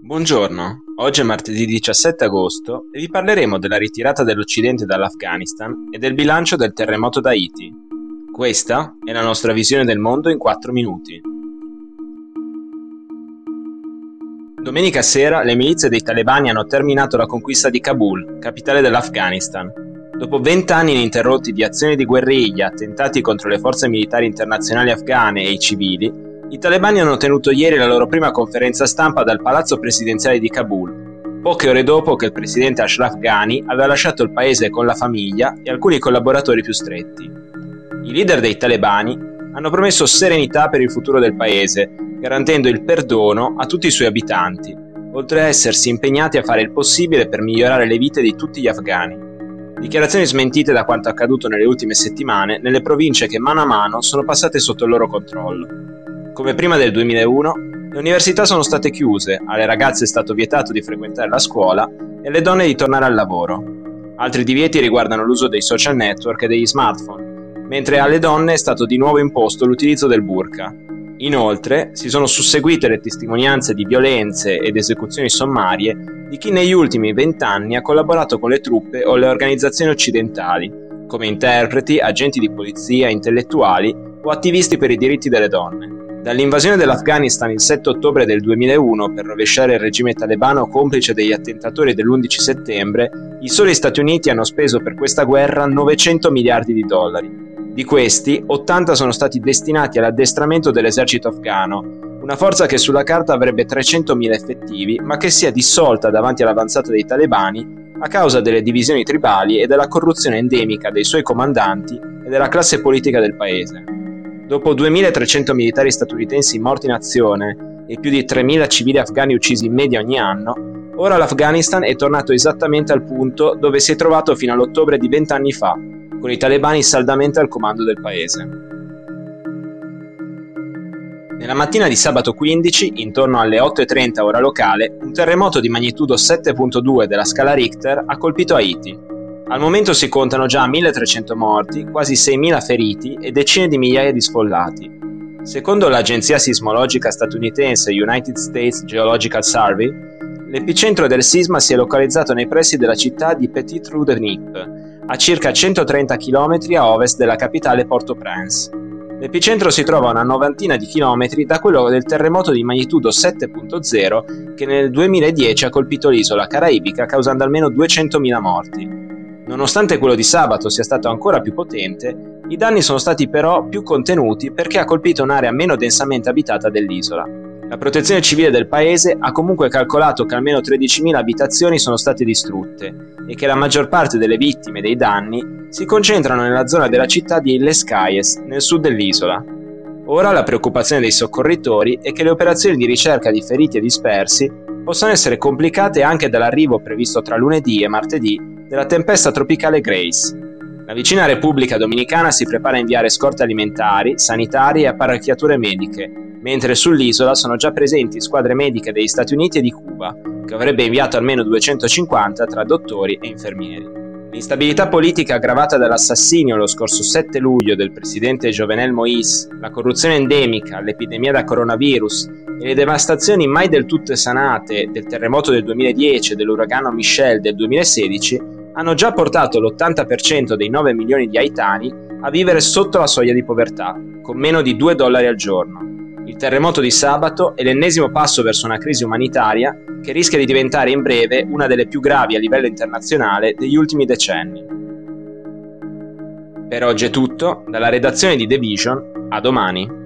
Buongiorno, oggi è martedì 17 agosto e vi parleremo della ritirata dell'Occidente dall'Afghanistan e del bilancio del terremoto d'Haiti. Questa è la nostra visione del mondo in 4 minuti. Domenica sera le milizie dei talebani hanno terminato la conquista di Kabul, capitale dell'Afghanistan. Dopo 20 anni ininterrotti di azioni di guerriglia, attentati contro le forze militari internazionali afghane e i civili, i talebani hanno tenuto ieri la loro prima conferenza stampa dal palazzo presidenziale di Kabul, poche ore dopo che il presidente Ashraf Ghani aveva lasciato il paese con la famiglia e alcuni collaboratori più stretti. I leader dei talebani hanno promesso serenità per il futuro del paese, garantendo il perdono a tutti i suoi abitanti, oltre a essersi impegnati a fare il possibile per migliorare le vite di tutti gli afghani. Dichiarazioni smentite da quanto accaduto nelle ultime settimane nelle province che mano a mano sono passate sotto il loro controllo. Come prima del 2001, le università sono state chiuse, alle ragazze è stato vietato di frequentare la scuola e alle donne di tornare al lavoro. Altri divieti riguardano l'uso dei social network e degli smartphone, mentre alle donne è stato di nuovo imposto l'utilizzo del burqa. Inoltre, si sono susseguite le testimonianze di violenze ed esecuzioni sommarie di chi negli ultimi 20 anni ha collaborato con le truppe o le organizzazioni occidentali, come interpreti, agenti di polizia, intellettuali o attivisti per i diritti delle donne. Dall'invasione dell'Afghanistan il 7 ottobre del 2001 per rovesciare il regime talebano complice degli attentatori dell'11 settembre, i soli Stati Uniti hanno speso per questa guerra 900 miliardi di dollari. Di questi, 80 sono stati destinati all'addestramento dell'esercito afghano, una forza che sulla carta avrebbe 300.000 effettivi, ma che si è dissolta davanti all'avanzata dei talebani a causa delle divisioni tribali e della corruzione endemica dei suoi comandanti e della classe politica del paese. Dopo 2.300 militari statunitensi morti in azione e più di 3.000 civili afghani uccisi in media ogni anno, ora l'Afghanistan è tornato esattamente al punto dove si è trovato fino all'ottobre di 20 anni fa, con i talebani saldamente al comando del paese. Nella mattina di sabato 15, intorno alle 8:30 ora locale, un terremoto di magnitudo 7.2 della scala Richter ha colpito Haiti. Al momento si contano già 1.300 morti, quasi 6.000 feriti e decine di migliaia di sfollati. Secondo l'agenzia sismologica statunitense United States Geological Survey, l'epicentro del sisma si è localizzato nei pressi della città di Petit-Trou-de-Nip, a circa 130 km a ovest della capitale Port-au-Prince. L'epicentro si trova a una novantina di chilometri da quello del terremoto di magnitudo 7.0 che nel 2010 ha colpito l'isola caraibica causando almeno 200.000 morti. Nonostante quello di sabato sia stato ancora più potente, i danni sono stati però più contenuti perché ha colpito un'area meno densamente abitata dell'isola. La protezione civile del paese ha comunque calcolato che almeno 13.000 abitazioni sono state distrutte e che la maggior parte delle vittime dei danni si concentrano nella zona della città di Les Cayes, nel sud dell'isola. Ora la preoccupazione dei soccorritori è che le operazioni di ricerca di feriti e dispersi possano essere complicate anche dall'arrivo previsto tra lunedì e martedì della tempesta tropicale Grace. La vicina Repubblica Dominicana si prepara a inviare scorte alimentari, sanitarie e apparecchiature mediche, mentre sull'isola sono già presenti squadre mediche degli Stati Uniti e di Cuba, che avrebbe inviato almeno 250 tra dottori e infermieri. L'instabilità politica aggravata dall'assassinio lo scorso 7 luglio del presidente Jovenel Moïse, la corruzione endemica, l'epidemia da coronavirus e le devastazioni mai del tutto sanate del terremoto del 2010 e dell'uragano Michelle del 2016 hanno già portato l'80% dei 9 milioni di haitani a vivere sotto la soglia di povertà, con meno di $2 al giorno. Il terremoto di sabato è l'ennesimo passo verso una crisi umanitaria che rischia di diventare in breve una delle più gravi a livello internazionale degli ultimi decenni. Per oggi è tutto, dalla redazione di The Vision, a domani.